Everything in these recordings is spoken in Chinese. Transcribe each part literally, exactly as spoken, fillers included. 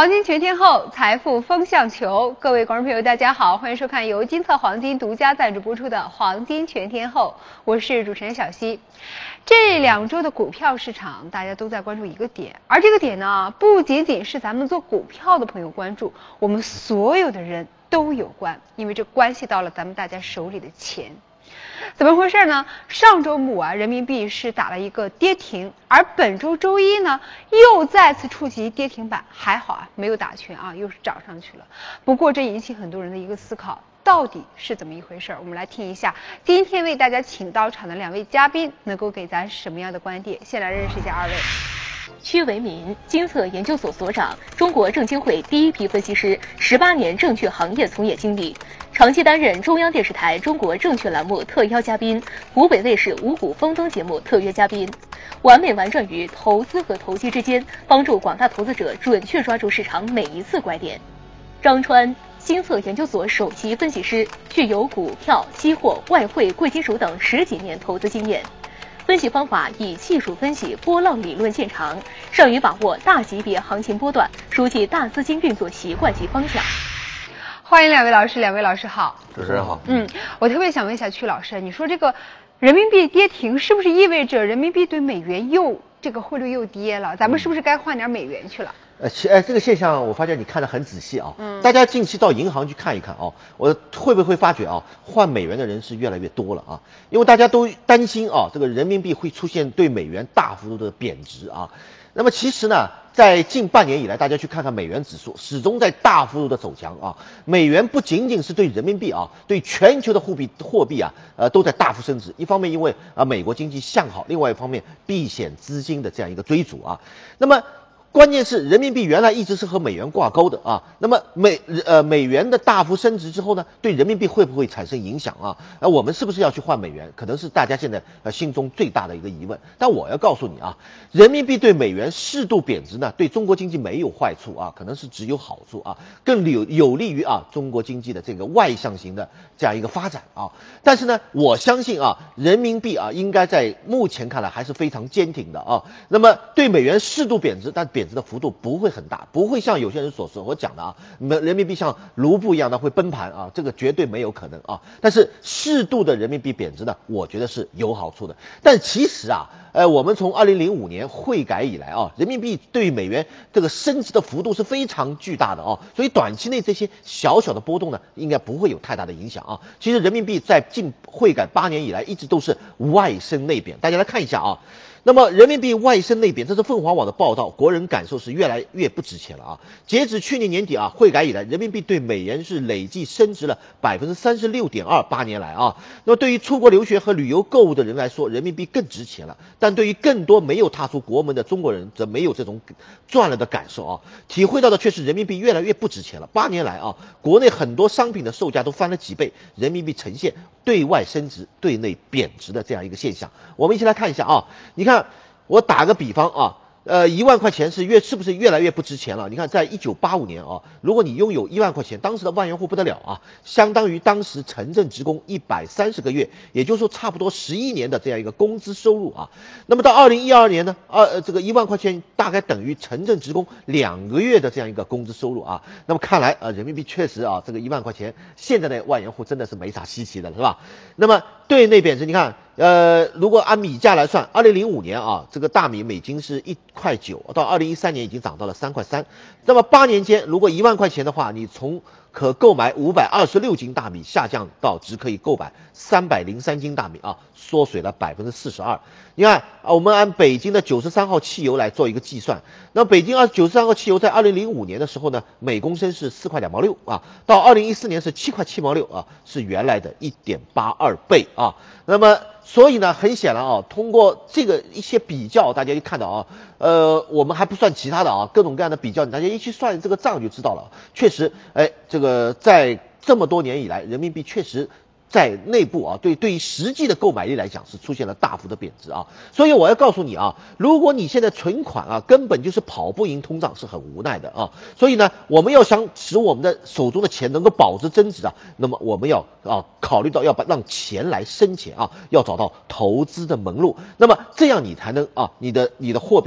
黄金全天候，财富风向球。各位观众朋友，大家好，欢迎收看由金策黄金独家赞助播出的《黄金全天候》，我是主持人小溪。这两周的股票市场，大家都在关注一个点，而这个点呢，不仅仅是咱们做股票的朋友关注，我们所有的人都有关，因为这关系到了咱们大家手里的钱。怎么回事呢？上周末啊，人民币是打了一个跌停，而本周周一呢，又再次触及跌停板，还好啊，没有打全啊，又是涨上去了。不过这引起很多人的一个思考，到底是怎么一回事？我们来听一下今天为大家请到场的两位嘉宾能够给咱什么样的观点。先来认识一下二位。 屈维民，金策研究所所长，中国证监会第一批分析师，十八年证券行业从业经历，长期担任中央电视台中国证券栏目特邀嘉宾，湖北卫视五谷丰登节目特约嘉宾，完美玩转于投资和投机之间，帮助广大投资者准确抓住市场每一次拐点。张川，金策研究所首席分析师，具有股票、期货、外汇、贵金属等十几年投资经验。分析方法以技术分析、波浪理论见长，善于把握大级别行情波段，熟悉大资金运作习惯及方向。 欢迎两位老师，两位老师好。 主持人好。 嗯，我特别想问一下曲老师，你说这个人民币跌停，是不是意味着人民币对美元又这个汇率又跌了？咱们是不是该换点美元去了？ 呃，其呃这个现象我发现你看得很仔细啊。嗯。大家近期到银行去看一看啊，我会不会发觉啊，换美元的人是越来越多了啊？因为大家都担心啊，这个人民币会出现对美元大幅度的贬值啊。那么其实呢，在近半年以来，大家去看看美元指数，始终在大幅度的走强啊。美元不仅仅是对人民币啊，对全球的货币货币啊，呃，都在大幅升值。一方面因为啊美国经济向好，另外一方面避险资金的这样一个追逐啊。那么关键是人民币原来一直是和美元挂钩的啊，那么美呃美元的大幅升值之后呢，对人民币会不会产生影响啊？呃，我们是不是要去换美元？可能是大家现在呃心中最大的一个疑问。但我要告诉你啊，人民币对美元适度贬值呢，对中国经济没有坏处啊，可能是只有好处啊，更有有利于啊中国经济的这个外向型的这样一个发展啊。但是呢，我相信啊，人民币啊应该在目前看来还是非常坚挺的啊。那么对美元适度贬值，但贬值的幅度不会很大，不会像有些人所说我讲的啊，人民币像卢布一样的会崩盘啊，这个绝对没有可能啊。但是适度的人民币贬值呢，我觉得是有好处的。但其实啊，呃，我们从二零零五年汇改以来啊，人民币对美元这个升值的幅度是非常巨大的啊，所以短期内这些小小的波动呢，应该不会有太大的影响啊。其实人民币在近汇改八年以来一直都是外升内贬，大家来看一下啊。那么人民币外升内贬，这是凤凰网的报道，国人感受是越来越不值钱了啊！截止去年年底啊，汇改以来，人民币对美元是累计升值了百分之三十六点二，八年来啊。那么对于出国留学和旅游购物的人来说，人民币更值钱了。但对于更多没有踏出国门的中国人，则没有这种赚了的感受啊，体会到的却是人民币越来越不值钱了。八年来啊，国内很多商品的售价都翻了几倍，人民币呈现对外升值、对内贬值的这样一个现象。我们一起来看一下啊，你看。我打个比方啊，呃，一万块钱是越是不是越来越不值钱了？你看，在一九八五年啊，如果你拥有一万块钱，当时的万元户不得了啊，相当于当时城镇职工一百三十个月，也就是说差不多十一年的这样一个工资收入啊。那么到二零一二年呢，二、呃、这个一万块钱大概等于城镇职工两个月的这样一个工资收入啊。那么看来啊、呃，人民币确实啊，这个一万块钱现在的万元户真的是没啥稀奇的，是吧？那么对内贬值，你看。呃，如果按米价来算，二零零五年啊，这个大米每斤是一块九，到二零一三年已经涨到了三块三。那么八年间，如果一万块钱的话，你从可购买五百二十六斤大米下降到只可以购买三百零三斤大米啊，缩水了百分之四十二。你看啊，我们按北京的九十三号汽油来做一个计算，那北京二九十三号汽油在二零零五年的时候呢，每公升是四块两毛六啊，到二零一四年是七块七毛六啊，是原来的一点八二倍啊。那么所以呢，很显然啊，通过这个一些比较，大家就看到啊，呃，我们还不算其他的啊，各种各样的比较，大家一去算这个账就知道了。确实，哎，这个在这么多年以来，人民币确实。在内部啊，对对于实际的购买力来讲是出现了大幅的贬值啊，所以我要告诉你啊，如果你现在存款啊根本就是跑不赢通胀，是很无奈的啊。所以呢，我们要想使我们的手中的钱能够保值增值啊，那么我们要啊考虑到要把让钱来生钱啊，要找到投资的门路，那么这样你才能啊，你的你的货币才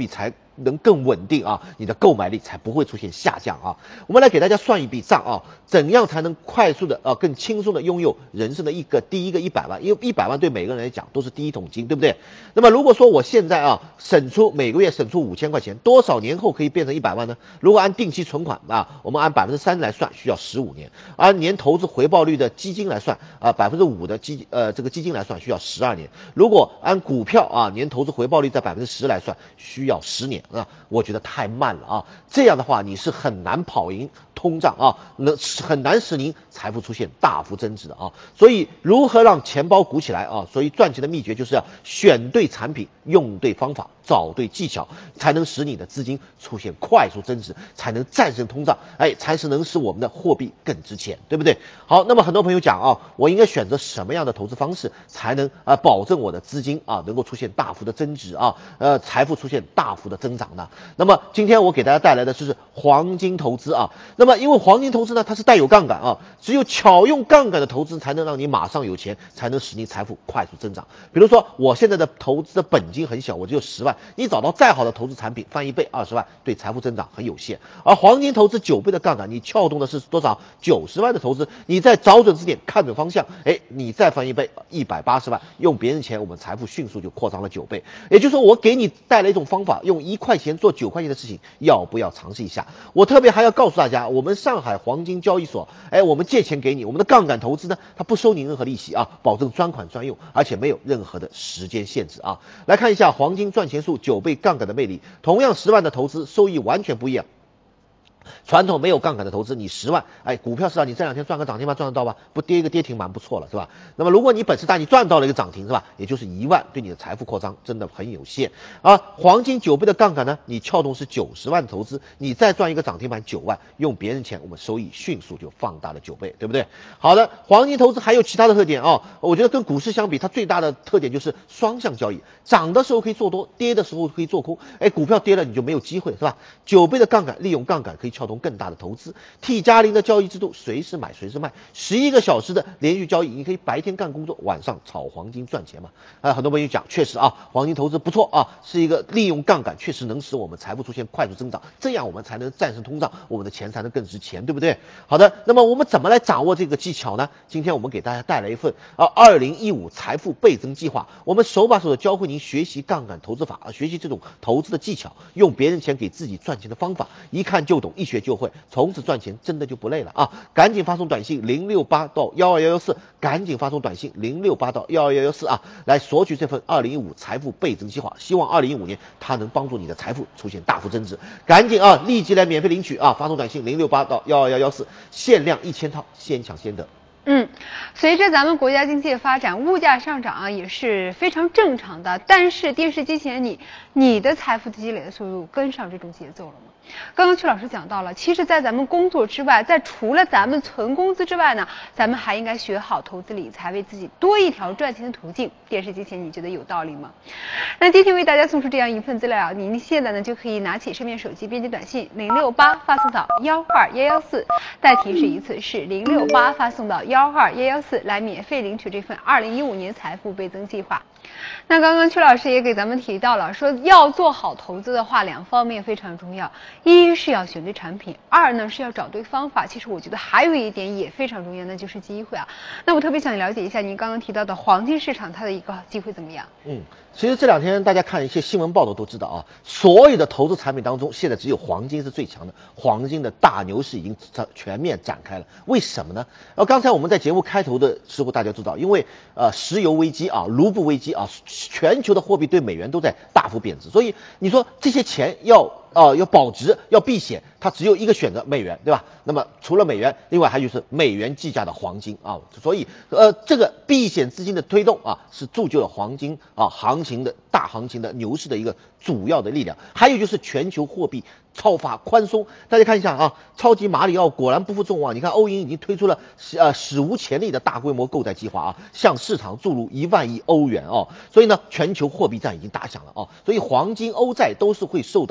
能更稳定啊，你的购买力才不会出现下降啊。我们来给大家算一笔账啊，怎样才能快速的啊、更轻松的拥有人生的一个第一个一百万？因为一百万对每个人来讲都是第一桶金，对不对？那么如果说我现在啊省出每个月省出五千块钱，多少年后可以变成一百万呢？如果按定期存款啊，我们按百分之三来算，需要十五年；按年投资回报率的基金来算啊，百分之五的基呃这个基金来算，需要十二年。如果按股票啊年投资回报率在百分之十来算，需要十年啊，我觉得太慢了啊。这样的话，你是很难跑赢通胀啊，能很难使您财富出现大幅增值的啊。所以，如何让钱包鼓起来啊？所以赚钱的秘诀就是要选对产品，用对方法，找对技巧，才能使你的资金出现快速增值，才能战胜通胀，哎，才是能使我们的货币更值钱，对不对？好，那么很多朋友讲啊，我应该选择什么样的投资方式，才能啊保证我的资金啊能够出现大幅的增值啊，呃，财富出现大幅的增长呢？那么今天我给大家带来的就是黄金投资啊。那么因为黄金投资呢，它是带有杠杆啊，只有巧用杠杆的投资，才能让你马上有钱，才能使你财富快速增长。比如说，我现在的投资的本金很小，我只有十万，你找到再好的投资产品，翻一倍二十万，对财富增长很有限。而黄金投资九倍的杠杆，你撬动的是多少？九十万的投资，你再找准支点，看准方向，哎，你再翻一倍一百八十万，用别人钱，我们财富迅速就扩张了九倍。也就是说，我给你带来一种方法，用一块钱做九块钱的事情，要不要尝试一下？我特别还要告诉大家，我们上海黄金交易所，哎，我们借钱给你，我们的杠杆投资呢，它不收你任何利息啊，保证专款专用，而且没有任何的时间限制啊。来看一下黄金赚钱术九倍杠杆的魅力，同样十万的投资，收益完全不一样。传统没有杠杆的投资，你十万，哎，股票市场你这两天赚个涨停板赚得到吧？不跌一个跌停蛮不错了，是吧？那么如果你本事大，你赚到了一个涨停，是吧？也就是一万，对你的财富扩张真的很有限。而黄金九倍的杠杆呢，你撬动是九十万投资，你再赚一个涨停板九万，用别人钱，我们收益迅速就放大了九倍，对不对？好的，黄金投资还有其他的特点啊、哦，我觉得跟股市相比，它最大的特点就是双向交易，涨的时候可以做多，跌的时候可以做空，哎，股票跌了你就没有机会，是吧？九倍的杠杆，利用杠杆可以撬动更大的投资 ，T 加零的交易制度，随时买随时卖，十一个小时的连续交易，你可以白天干工作，晚上炒黄金赚钱嘛？啊，很多朋友讲，确实啊，黄金投资不错啊，是一个利用杠杆，确实能使我们财富出现快速增长，这样我们才能战胜通胀，我们的钱才能更值钱，对不对？好的，那么我们怎么来掌握这个技巧呢？今天我们给大家带来一份啊，二零一五财富倍增计划，我们手把手的教会您学习杠杆投资法啊，学习这种投资的技巧，用别人钱给自己赚钱的方法，一看就懂，一学就会，从此赚钱真的就不累了啊！赶紧发送短信零六八到幺二幺幺四，赶紧发送短信零六八到幺二幺幺四啊，来索取这份二零一五财富倍增计划，希望二零一五年它能帮助你的财富出现大幅增值，赶紧啊，立即来免费领取啊！发送短信零六八到幺二幺幺四，限量一千套，先抢先得。 嗯，随着咱们国家经济的发展，物价上涨啊也是非常正常的。但是电视机前你，你的财富的积累的速度跟上这种节奏了吗？刚刚曲老师讲到了，其实，在咱们工作之外，在除了咱们存工资之外呢，咱们还应该学好投资理财，为自己多一条赚钱的途径。电视机前，你觉得有道理吗？那今天为大家送出这样一份资料，您现在呢就可以拿起身边手机，编辑短信零六八发送到幺二幺幺四，再提示一次是零六八发送到幺二幺幺四，来免费领取这份二零一五年财富倍增计划。那刚刚曲老师也给咱们提到了，说要做好投资的话，两方面非常重要，一是要选对产品，二呢是要找对方法。其实我觉得还有一点也非常重要，那就是机会啊。那我特别想了解一下您刚刚提到的黄金市场，它的一个机会怎么样？ 嗯，其实这两天大家看一些新闻报道都知道啊，所有的投资产品当中，现在只有黄金是最强的，黄金的大牛市已经全面展开了。为什么呢？呃，刚才我们在节目开头的时候，大家知道，因为呃石油危机啊、卢布危机啊，全球的货币对美元都在大幅贬值，所以你说这些钱要呃要保值要避险，它只有一个选择，美元，对吧？那么除了美元，另外还就是美元计价的黄金啊，所以呃这个避险资金的推动啊，是铸就了黄金啊行情的大行情的牛市的一个主要的力量。还有就是全球货币超发宽松，大家看一下啊，超级马里奥果然不负众望，你看欧银已经推出了呃史无前例的大规模购债计划啊，向市场注入一万亿欧元哦，所以呢全球货币战已经打响了啊，所以黄金欧债都是会受到啊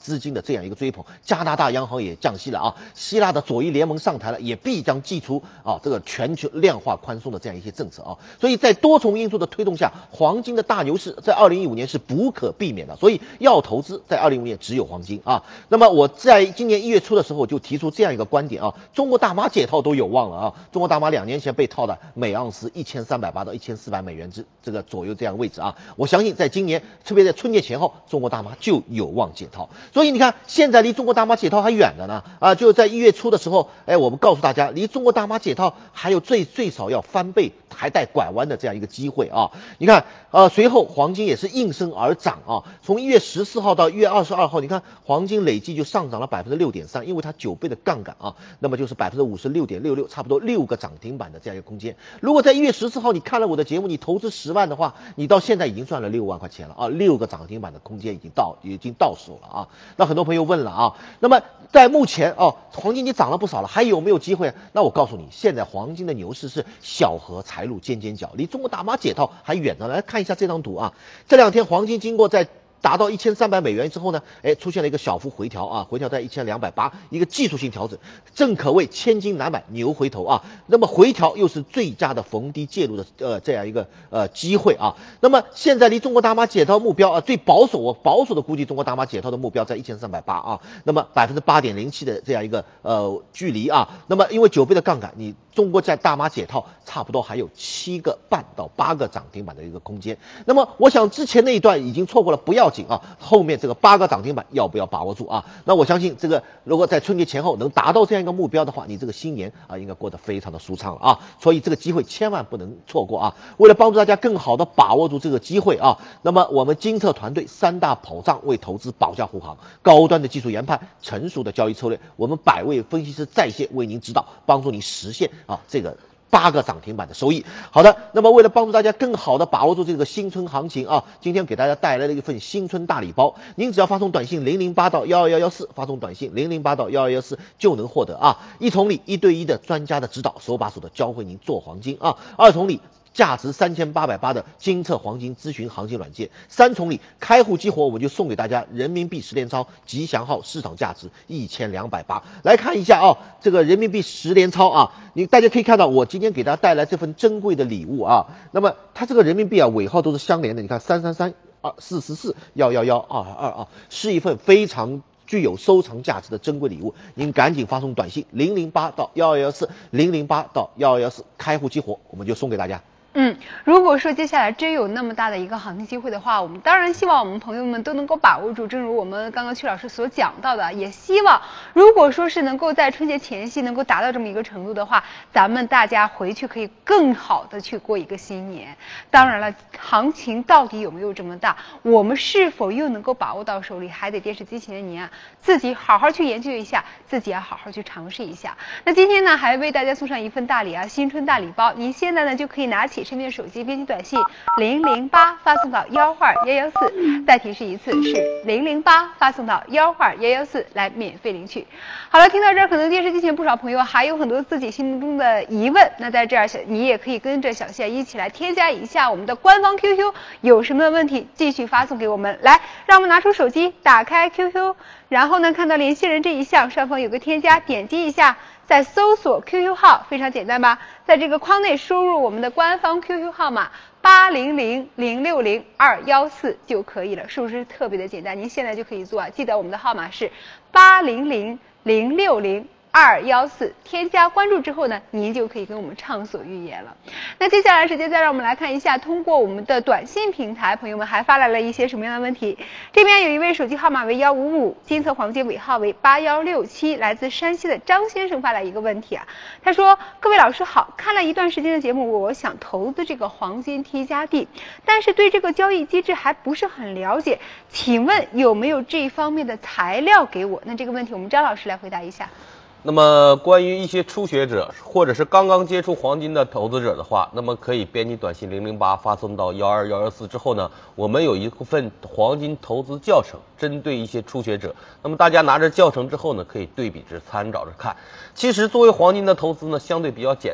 资金的这样一个追捧，加拿大央行也降息了啊，希腊的左翼联盟上台了，也必将祭出啊这个全球量化宽松的这样一些政策啊，所以在多重因素的推动下，黄金的大牛市在二零一五年是不可避免的，所以要投资在二零一五年只有黄金啊。那么我在今年一月初的时候就提出这样一个观点啊，中国大妈解套都有望了啊，中国大妈两年前被套的每盎司一千三百八到一千四百美元之这个左右这样位置啊，我相信在今年特别在春节前后，中国大妈就有望解套。所以你看，现在离中国大妈解套还远着呢啊！就在一月初的时候，哎，我们告诉大家，离中国大妈解套还有最最少要翻倍，还带拐弯的这样一个机会啊！你看，呃，随后黄金也是应声而涨啊，从一月十四号到一月二十二号，你看黄金累计就上涨了百分之六点三，因为它九倍的杠杆啊，那么就是百分之五十六点六六，差不多六个涨停板的这样一个空间。如果在一月十四号你看了我的节目，你投资十万的话，你到现在已经赚了六万块钱了啊，六个涨停板的空间已经到已经到手了啊。那很多朋友问了啊，那么在目前哦，黄金你涨了不少了，还有没有机会？那我告诉你，现在黄金的牛市是小荷才露尖尖角，离中国大妈解套还远着。来看一下这张图啊，这两天黄金经过在达到一千三百美元之后呢，哎，出现了一个小幅回调啊，回调在一千两百八，一个技术性调整，正可谓千金难买牛回头啊。那么回调又是最佳的逢低介入的呃这样一个呃机会啊。那么现在离中国大妈解套目标啊，最保守我保守的估计，中国大妈解套的目标在一千三百八啊。那么百分之八点零七的这样一个呃距离啊。那么因为九倍的杠杆，你中国在大妈解套差不多还有七个半到八个涨停板的一个空间。那么我想之前那一段已经错过了，不要紧啊，后面这个八个涨停板要不要把握住啊？那我相信这个如果在春节前后能达到这样一个目标的话，你这个新年啊应该过得非常的舒畅了啊。所以这个机会千万不能错过啊！为了帮助大家更好的把握住这个机会啊，那么我们金策团队三大保障为投资保驾护航，高端的技术研判，成熟的交易策略，我们百位分析师在线为您指导，帮助你实现啊这个八个涨停板的收益。好的，那么为了帮助大家更好的把握住这个新春行情啊，今天给大家带来了一份新春大礼包，您只要发送短信零零八到一二一一四，发送短信零零八到一二一一四就能获得啊，一同理一对一的专家的指导，手把手的教会您做黄金啊，二同理价值三千八百八的金策黄金咨询行情软件，三重里开户激活，我们就送给大家人民币十连钞吉祥号，市场价值一千两百八。来看一下啊，这个人民币十连钞啊，你大家可以看到，我今天给大家带来这份珍贵的礼物啊。那么它这个人民币啊尾号都是相连的，你看三三三二四四四幺幺幺二二啊，是一份非常具有收藏价值的珍贵礼物，您赶紧发送短信零零八到一二一四零零八到一二一四开户激活，我们就送给大家。 嗯，如果说接下来真有那么大的一个行情机会的话，我们当然希望我们朋友们都能够把握住。正如我们刚刚曲老师所讲到的，也希望如果说是能够在春节前夕能够达到这么一个程度的话，咱们大家回去可以更好的去过一个新年。当然了，行情到底有没有这么大，我们是否又能够把握到手里，还得电视机前的您啊自己好好去研究一下，自己要好好去尝试一下。那今天呢，还为大家送上一份大礼啊，新春大礼包。您现在呢就可以拿起身边手机编辑短信零零八发送到幺二幺幺四，再提示一次是零零八发送到幺二幺幺四来免费领取。好了，听到这儿，可能电视机前不少朋友还有很多自己心目中的疑问，那在这儿你也可以跟着小谢一起来添加一下我们的官方 Q Q， 有什么问题继续发送给我们。来，让我们拿出手机，打开 Q Q， 然后呢看到联系人这一项上方有个添加，点击一下，再搜索 Q Q 号，非常简单吧？在这个框内输入我们的官方 Q Q 号码八零零零六零二幺四就可以了，是不是特别的简单？您现在就可以做啊！记得我们的号码是八零零零六零二幺四，添加关注之后呢，您就可以跟我们畅所欲言了。那接下来时间再让我们来看一下，通过我们的短信平台，朋友们还发来了一些什么样的问题？这边有一位手机号码为幺五五，金策黄金尾号为八幺六七，来自山西的张先生发来一个问题啊，他说：各位老师好，看了一段时间的节目，我想投资这个黄金 T 加 D， 但是对这个交易机制还不是很了解，请问有没有这一方面的材料给我？那这个问题我们张老师来回答一下。 那么关于一些初学者或者是刚刚接触黄金的投资者的话，那么可以编辑短信零零八发送到幺二幺幺四之后呢，我们有一份黄金投资教程，针对一些初学者。那么大家拿着教程之后呢，可以对比着参照着看。其实作为黄金的投资呢，相对比较简单，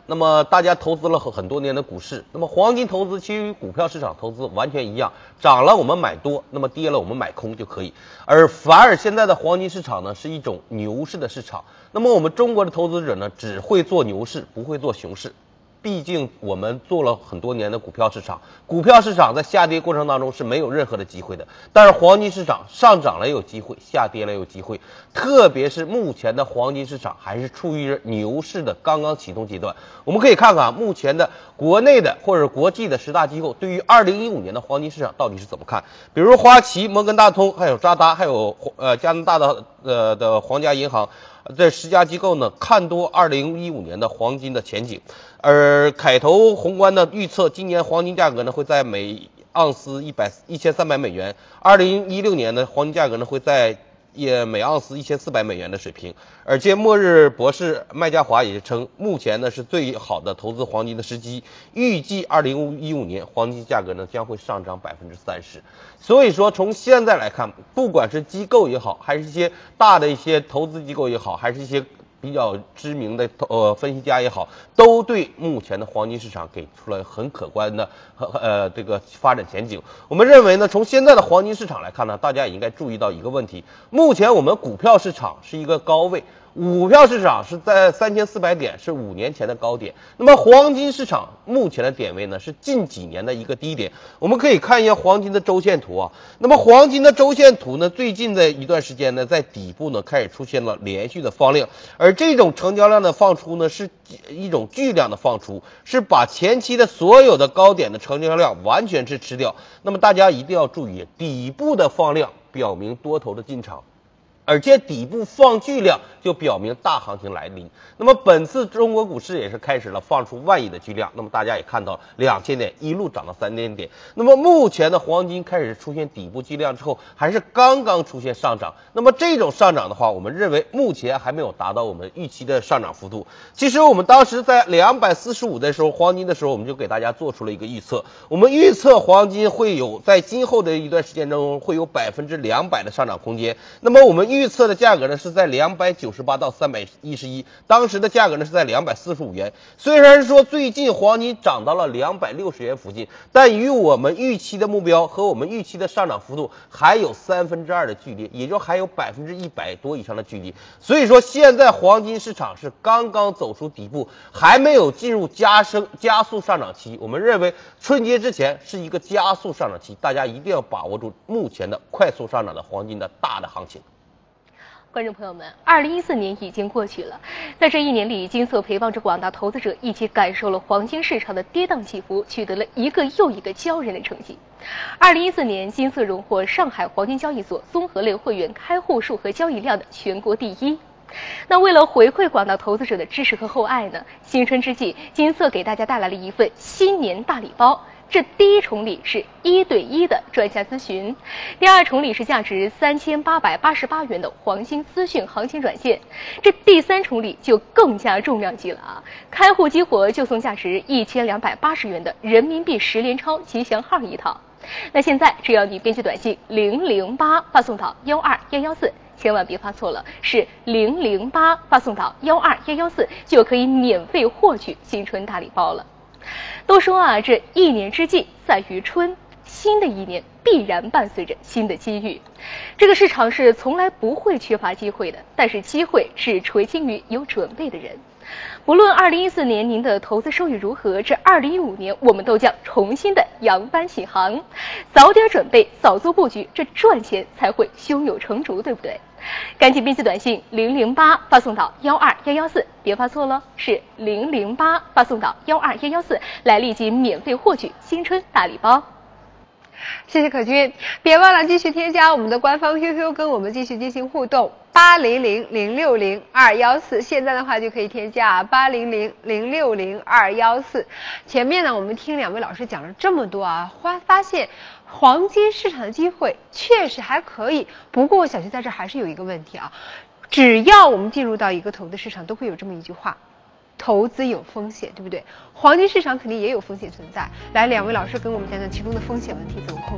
那么大家投资了很多年的股市，那么黄金投资其实与股票市场投资完全一样，涨了我们买多，那么跌了我们买空就可以。而反而现在的黄金市场呢是一种牛市的市场，那么我们中国的投资者呢只会做牛市，不会做熊市。毕竟我们做了很多年的股票市场，股票市场在下跌过程当中是没有任何的机会的，但是黄金市场上涨了有机会，下跌了有机会，特别是目前的黄金市场还是处于牛市的刚刚启动阶段。我们可以看看目前的国内的或者国际的十大机构对于二零一五年的黄金市场到底是怎么看，比如花旗、摩根大通、还有渣打、还有呃加拿大的呃的皇家银行，这十家机构呢看多二零一五年的黄金的前景。而凯投宏观的预测，今年黄金价格呢会在每盎司一百一千三百美元，二零一六年的黄金价格呢会在也每盎司一千四百美元的水平。而届末日博士麦家华也称，目前呢是最好的投资黄金的时机，预计二零一五年黄金价格呢将会上涨百分之三十。所以说，从现在来看，不管是机构也好，还是一些大的一些投资机构也好，还是一些比较知名的呃分析家也好，都对目前的黄金市场给出了很可观的呃这个发展前景。我们认为呢，从现在的黄金市场来看呢，大家也应该注意到一个问题：目前我们股票市场是一个高位，股票市场是在三千四百点，是五年前的高点。那么黄金市场目前的点位呢，是近几年的一个低点。我们可以看一下黄金的周线图啊。那么黄金的周线图呢，最近的一段时间呢，在底部呢开始出现了连续的放量，而这种成交量的放出呢，是一种巨量的放出，是把前期的所有的高点的成交量完全是吃掉。那么大家一定要注意，底部的放量表明多头的进场，而且底部放巨量就表明大行情来临。那么本次中国股市也是开始了放出万亿的巨量，那么大家也看到两千点一路涨到三千点。那么目前的黄金开始出现底部巨量之后，还是刚刚出现上涨。那么这种上涨的话，我们认为目前还没有达到我们预期的上涨幅度。其实我们当时在两百四十五的时候，黄金的时候，我们就给大家做出了一个预测，我们预测黄金会有在今后的一段时间中会有百分之两百的上涨空间。那么我们预测的价格呢是在两百九十八到三百一十一，当时的价格呢是在两百四十五元。虽然说最近黄金涨到了两百六十元附近，但与我们预期的目标和我们预期的上涨幅度还有三分之二的距离，也就还有百分之一百多以上的距离。所以说现在黄金市场是刚刚走出底部，还没有进入加升加速上涨期。我们认为春节之前是一个加速上涨期，大家一定要把握住目前的快速上涨的黄金的大的行情。 观众朋友们，二零一四年已经过去了，在这一年里，金色陪伴着广大投资者一起感受了黄金市场的跌宕起伏，取得了一个又一个骄人的成绩。二零一四年，金色荣获上海黄金交易所综合类会员开户数和交易量的全国第一。那为了回馈广大投资者的支持和厚爱呢，新春之际，金色给大家带来了一份新年大礼包。这第一重礼是一对一的专家咨询，第二重礼是价值三千八百八十八元的黄金资讯行情软件，这第三重礼就更加重量级了啊！开户激活就送价值一千两百八十元的人民币十连钞吉祥号一套。那现在只要你编辑短信零零八发送到幺二幺幺四，千万别发错了，是零零八发送到幺二幺幺四，就可以免费获取新春大礼包了。都说啊，这一年之计在于春，新的一年必然伴随着新的机遇。这个市场是从来不会缺乏机会的，但是机会是垂青于有准备的人。不论二零一四年您的投资收益如何，这二零一五年我们都将重新的扬帆起航。早点准备，早做布局，这赚钱才会胸有成竹，对不对？赶紧编辑短信零零八发送到幺二幺幺四，别发错了，是零零八发送到幺二幺幺四，来立即免费获取新春大礼包。 谢谢可君，别忘了继续添加我们的官方 Q Q 跟我们继续进行互动，八零零零六零二幺四，现在的话就可以添加八零零零六零二幺四。前面呢，我们听两位老师讲了这么多啊，发发现黄金市场的机会确实还可以，不过小徐在这还是有一个问题啊，只要我们进入到一个投资市场，都会有这么一句话。投资有风险，对不对？黄金市场肯定也有风险存在。来，两位老师跟我们讲讲其中的风险问题怎么控制。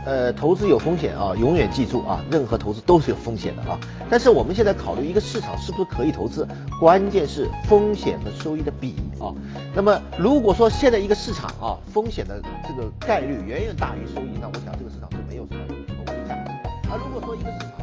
呃，投资有风险啊，永远记住啊，任何投资都是有风险的啊。但是我们现在考虑一个市场是不是可以投资，关键是风险和收益的比啊。那么如果说现在一个市场啊，风险的这个概率远远大于收益，那我想这个市场是没有什么投资价值。而如果说一个市场